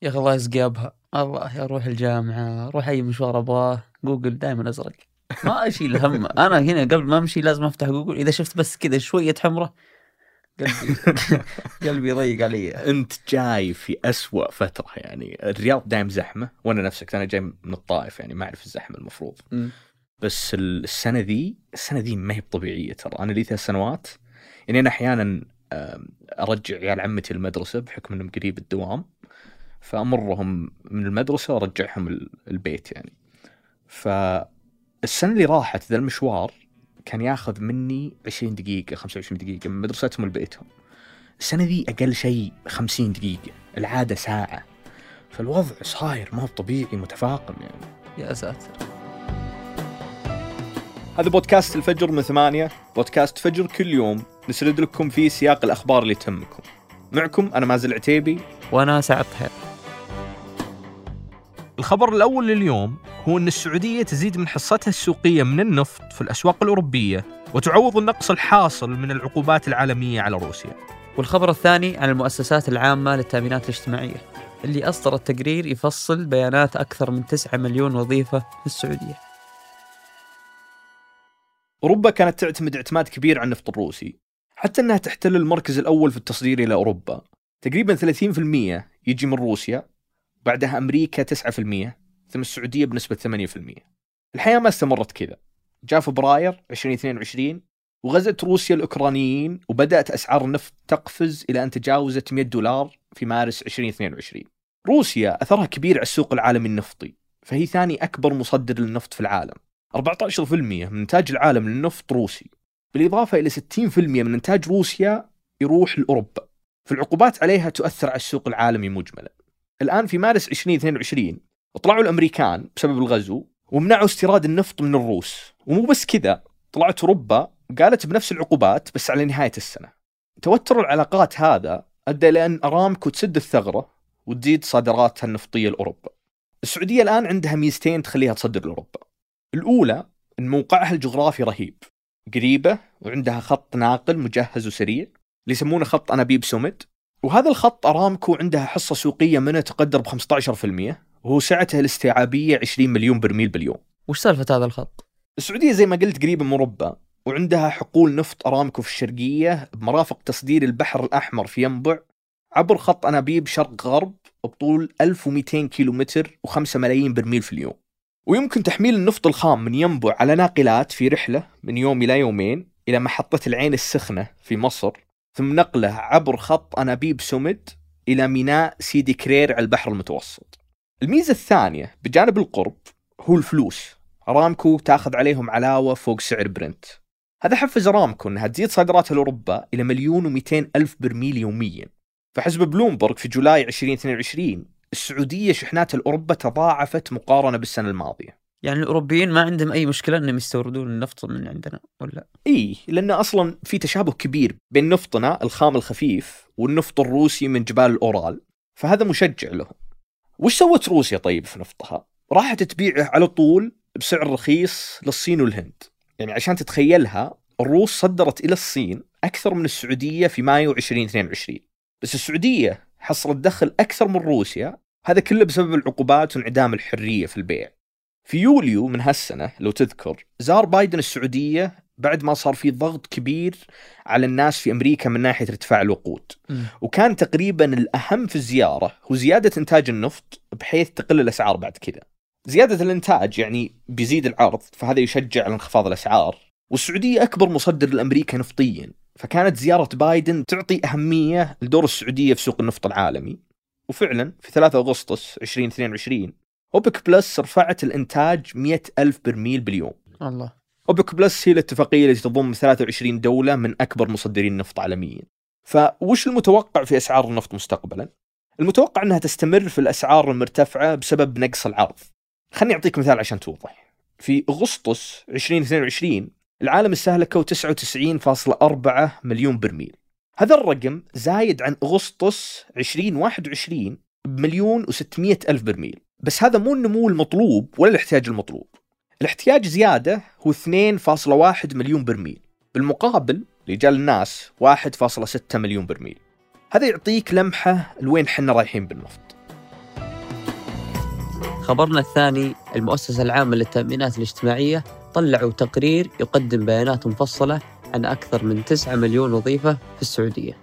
يا أخي الله يسقيبها، الله أروح الجامعة، أروح أي مشوار أبغاه، جوجل دائما أزرق، ما أشيل هم. أنا هنا قبل ما أمشي لازم أفتح جوجل، إذا شفت بس كذا شوية حمرة قلبي قلبي يضيق علي. أنت جاي في أسوأ فترة، يعني الرياض دايم زحمة، وأنا نفسك أنا جاي من الطائف، يعني ما أعرف الزحمة المفروض. بس السنة ذي ما هي طبيعية ترى. أنا لي 3 سنوات، يعني أنا أحيانا أرجع عيال عمتي المدرسة بحكم أنهم قريب الدوام، فأمرهم من المدرسة وأرجعهم البيت يعني. فالسنة اللي راحت ذا المشوار كان ياخذ مني 20 دقيقة 25 دقيقة من مدرستهم لبيتهم. السنة ذي أقل شيء 50 دقيقة، العادة ساعة. فالوضع صاير ما هو طبيعي، متفاقم يعني. يا ساتر. هذا بودكاست الفجر من 8، بودكاست فجر كل يوم نسرد لكم فيه سياق الأخبار اللي تهمكم. معكم أنا مازن العتيبي وأنا سعد طحير. الخبر الأول لليوم هو أن السعودية تزيد من حصتها السوقية من النفط في الأسواق الأوروبية وتعوض النقص الحاصل من العقوبات العالمية على روسيا. والخبر الثاني عن المؤسسات العامة للتأمينات الاجتماعية اللي أصدرت تقرير يفصل بيانات أكثر من 9 مليون وظيفة في السعودية. أوروبا كانت تعتمد اعتماد كبير على النفط الروسي، حتى أنها تحتل المركز الأول في التصدير إلى أوروبا. تقريبا 30% يجي من روسيا، بعدها أمريكا 9%، ثم السعودية بنسبة 8%. الحياة ما استمرت كذا. جاء فبراير 2022 وغزت روسيا الأوكرانيين، وبدأت أسعار النفط تقفز إلى أن تجاوزت $100 في مارس 2022. روسيا أثرها كبير على السوق العالمي النفطي، فهي ثاني أكبر مصدر للنفط في العالم. 14% من إنتاج العالم للنفط روسي، بالإضافة إلى 60% من إنتاج روسيا يروح لأوروبا. فالعقوبات عليها تؤثر على السوق العالمي مجملا. الآن في مارس 2022 طلعوا الأمريكان بسبب الغزو ومنعوا استيراد النفط من الروس، ومو بس كذا، طلعت أوروبا قالت بنفس العقوبات بس على نهاية السنة. توتر العلاقات هذا أدى إلى أن أرامكو تسد الثغرة وتزيد صادراتها النفطية لأوروبا. السعودية الآن عندها ميزتين تخليها تصدر لأوروبا. الأولى أن موقعها الجغرافي رهيب، قريبة وعندها خط ناقل مجهز وسريع اللي يسمونه خط أنابيب سومد، وهذا الخط أرامكو عندها حصة سوقية منه تقدر ب 15%، وهو سعته الاستيعابية 20 مليون برميل باليوم. وش سالفة هذا الخط؟ السعودية زي ما قلت قريبة من أوروبا، وعندها حقول نفط أرامكو في الشرقية بمرافق تصدير البحر الأحمر في ينبع عبر خط أنابيب شرق غرب بطول 1200 كيلومتر و5 ملايين برميل في اليوم. ويمكن تحميل النفط الخام من ينبع على ناقلات في رحلة من يوم إلى يومين إلى محطة العين السخنة في مصر، ثم نقله عبر خط أنابيب سومد إلى ميناء سيدي كرير على البحر المتوسط. الميزة الثانية بجانب القرب هو الفلوس. أرامكو تأخذ عليهم علاوة فوق سعر برنت. هذا حفز أرامكو أنها تزيد صادراتها لأوروبا إلى 1,200,000 برميل يوميا. فحسب بلومبرغ في جولاي 2022 السعودية شحنات لأوروبا تضاعفت مقارنة بالسنة الماضية. يعني الأوروبيين ما عندهم أي مشكلة أنهم يستوردون النفط من عندنا ولا؟ إيه، لأن أصلا في تشابه كبير بين نفطنا الخام الخفيف والنفط الروسي من جبال الأورال، فهذا مشجع لهم. وش سوت روسيا طيب في نفطها؟ راحت تبيعه على طول بسعر رخيص للصين والهند. يعني عشان تتخيلها، الروس صدرت إلى الصين أكثر من السعودية في مايو 2022، بس السعودية حصلت دخل أكثر من روسيا. هذا كله بسبب العقوبات وانعدام الحرية في البيع. في يوليو من هالسنة لو تذكر، زار بايدن السعودية بعد ما صار في ضغط كبير على الناس في أمريكا من ناحية ارتفاع الوقود. وكان تقريبا الأهم في الزيارة هو زيادة إنتاج النفط بحيث تقل الأسعار بعد كذا. زيادة الإنتاج يعني بيزيد العرض، فهذا يشجع على انخفاض الأسعار. والسعودية أكبر مصدر لأمريكا نفطيا، فكانت زيارة بايدن تعطي أهمية لدور السعودية في سوق النفط العالمي. وفعلا في 3 أغسطس 2022 أوبك بلس رفعت الإنتاج 100,000 برميل باليوم. الله. أوبك بلس هي الاتفاقية التي تضم 23 دولة من أكبر مصدرين النفط عالميا. فوش المتوقع في أسعار النفط مستقبلا؟ المتوقع أنها تستمر في الأسعار المرتفعة بسبب نقص العرض. خلني أعطيك مثال عشان توضح. في أغسطس 2022 العالم استهلكوا 99.4 مليون برميل. هذا الرقم زايد عن أغسطس 2021 ب1,600,000 برميل. بس هذا مو النمو المطلوب ولا الاحتياج المطلوب. الاحتياج زيادة هو 2.1 مليون برميل، بالمقابل اللي جاء للناس 1.6 مليون برميل. هذا يعطيك لمحة لوين حنا رايحين بالنفط. خبرنا الثاني، المؤسسة العامة للتأمينات الاجتماعية طلعوا تقرير يقدم بيانات مفصلة عن أكثر من 9 مليون وظيفة في السعودية.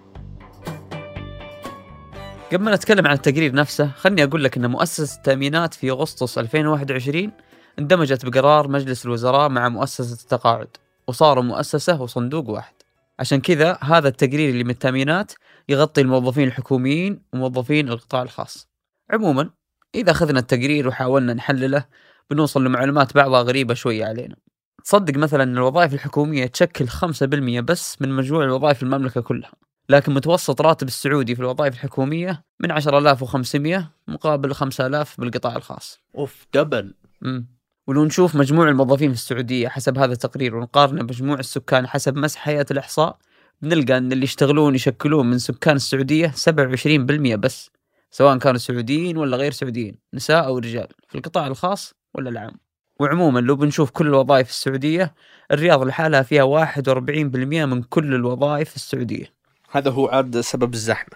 قبل ما نتكلم عن التقرير نفسه، خلني أقول لك أن مؤسسة التأمينات في أغسطس 2021 اندمجت بقرار مجلس الوزراء مع مؤسسة التقاعد، وصاروا مؤسسة وصندوق واحد. عشان كذا هذا التقرير اللي من التأمينات يغطي الموظفين الحكوميين وموظفين القطاع الخاص. عموما إذا أخذنا التقرير وحاولنا نحلله بنوصل لمعلومات بعضها غريبة شوية علينا. تصدق مثلا أن الوظائف الحكومية تشكل 5% بس من مجموع الوظائف المملكة كلها، لكن متوسط راتب السعودي في الوظائف الحكومية من 10,500 مقابل 5,000 بالقطاع الخاص. اوف دبل. ولو نشوف مجموع الموظفين في السعودية حسب هذا التقرير ونقارنه بمجموع السكان حسب مسح هيئة الإحصاء، بنلقى أن اللي يشكلون من سكان السعودية 27% بس، سواء كانوا سعوديين ولا غير سعوديين، نساء أو رجال، في القطاع الخاص ولا العام. وعموما لو بنشوف كل الوظائف السعودية، الرياض لحالها فيها 41% من كل الوظائف السعودية. هذا هو عاد سبب الزحمة.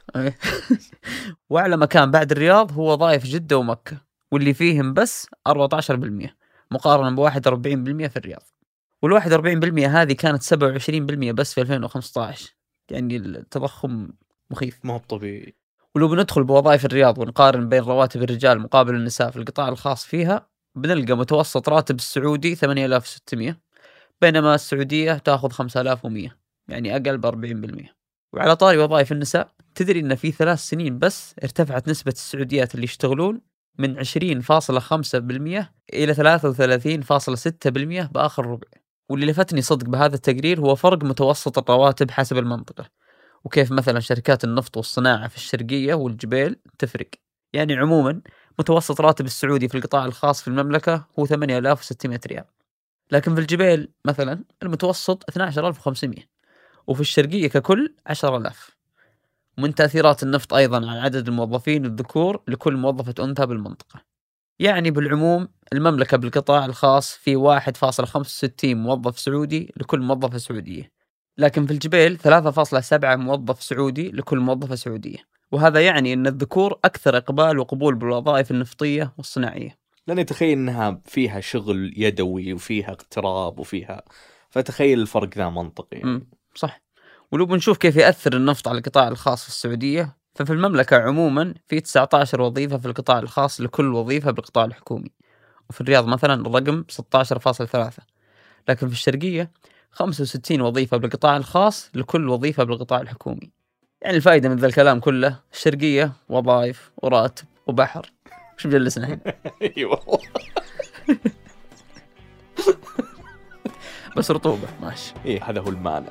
وأعلى مكان بعد الرياض هو وظائف جدة ومكة، واللي فيهم بس 14% مقارنة ب41% في الرياض. وال41% هذه كانت 27% بس في 2015، يعني التضخم مخيف ما هو طبيعي. ولو بندخل بوظائف الرياض ونقارن بين رواتب الرجال مقابل النساء في القطاع الخاص فيها، بنلقى متوسط راتب السعودي 8,600، بينما السعودية تأخذ 5,100، يعني أقل ب40%. وعلى طاري وظائف النساء، تدري أن في 3 سنين بس ارتفعت نسبة السعوديات اللي يشتغلون من 20.5% إلى 33.6% بآخر ربع. واللي لفتني صدق بهذا التقرير هو فرق متوسط الرواتب حسب المنطقة، وكيف مثلا شركات النفط والصناعة في الشرقية والجبيل تفرق. يعني عموما متوسط راتب السعودي في القطاع الخاص في المملكة هو 8,600 ريال، لكن في الجبيل مثلا المتوسط 12,500، وفي الشرقية ككل 10,000. ومن تأثيرات النفط أيضا على عدد الموظفين الذكور لكل موظفة أنثى بالمنطقة. يعني بالعموم المملكة بالقطاع الخاص في 1.65 موظف سعودي لكل موظفة سعودية، لكن في الجبيل 3.7 موظف سعودي لكل موظفة سعودية. وهذا يعني أن الذكور أكثر إقبال وقبول بالوظائف النفطية والصناعية، لأن يتخيل أنها فيها شغل يدوي وفيها اقتراب وفيها، فتخيل الفرق ذا منطقي. صح. ولو بنشوف كيف يأثر النفط على القطاع الخاص في السعودية، ففي المملكة عموما في 19 وظيفة في القطاع الخاص لكل وظيفة بالقطاع الحكومي، وفي الرياض مثلا الرقم 16.3، لكن في الشرقية 65 وظيفة بالقطاع الخاص لكل وظيفة بالقطاع الحكومي. يعني الفائدة من ذا الكلام كله، الشرقية وظائف وراتب وبحر، وش مجلسنا هنا؟ اي والله. بس رطوبة ماشي. ايه هذا هو المعنى.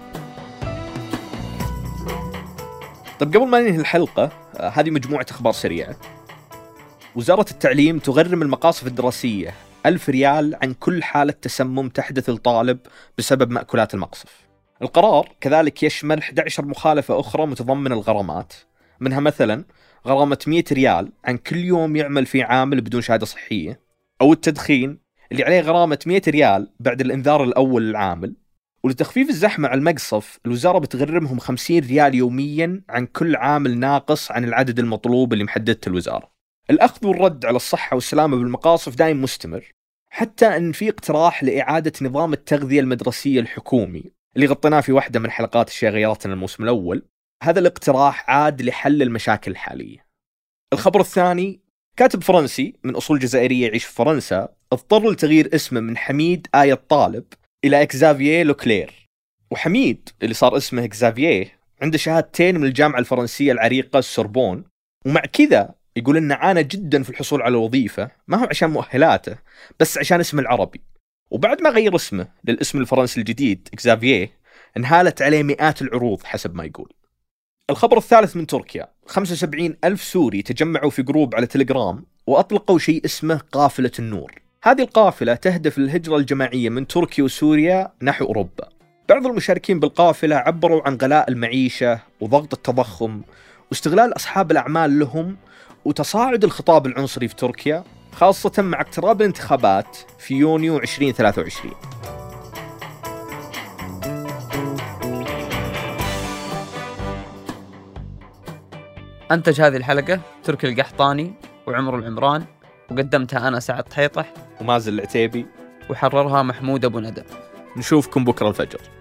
طب قبل ما ننهي الحلقة، هذه مجموعة أخبار سريعة. وزارة التعليم تغرم المقاصف الدراسية 1000 ريال عن كل حالة تسمم تحدث للطالب بسبب مأكولات المقصف. القرار كذلك يشمل 11 مخالفة أخرى متضمنة الغرامات، منها مثلا غرامة 100 ريال عن كل يوم يعمل فيه عامل بدون شهادة صحية، أو التدخين اللي عليه غرامة 100 ريال بعد الإنذار الأول للعامل. ولتخفيف الزحمة على المقصف، الوزارة بتغرمهم 50 ريال يوميا عن كل عامل ناقص عن العدد المطلوب اللي محددته الوزارة. الأخذ والرد على الصحة والسلامة بالمقاصف دائم مستمر، حتى أن في اقتراح لإعادة نظام التغذية المدرسية الحكومي اللي غطيناه في واحدة من حلقات الشيء غيرتنا الموسم الأول. هذا الاقتراح عاد لحل المشاكل الحالية. الخبر الثاني، كاتب فرنسي من أصول جزائرية يعيش في فرنسا اضطر لتغيير اسمه من حميد آية الطالب إلى إكزافييه لوكلير. وحميد اللي صار اسمه إكزافييه عنده شهادتين من الجامعة الفرنسية العريقة السوربون، ومع كذا يقول إنه عانى جدا في الحصول على وظيفة، ما هو عشان مؤهلاته بس عشان اسمه العربي. وبعد ما غير اسمه للاسم الفرنسي الجديد إكزافييه، انهالت عليه مئات العروض حسب ما يقول. الخبر الثالث من تركيا، 75,000 سوري تجمعوا في جروب على تليجرام وأطلقوا شيء اسمه قافلة النور. هذه القافلة تهدف للهجرة الجماعية من تركيا وسوريا نحو أوروبا. بعض المشاركين بالقافلة عبروا عن غلاء المعيشة وضغط التضخم واستغلال أصحاب الأعمال لهم وتصاعد الخطاب العنصري في تركيا، خاصة مع اقتراب الانتخابات في يونيو 2023. أنتج هذه الحلقة تركي القحطاني وعمر العمران، وقدمتها أنا سعد حيطح، ومازن العتيبي، وحررها محمود أبو ندى. نشوفكم بكرة الفجر.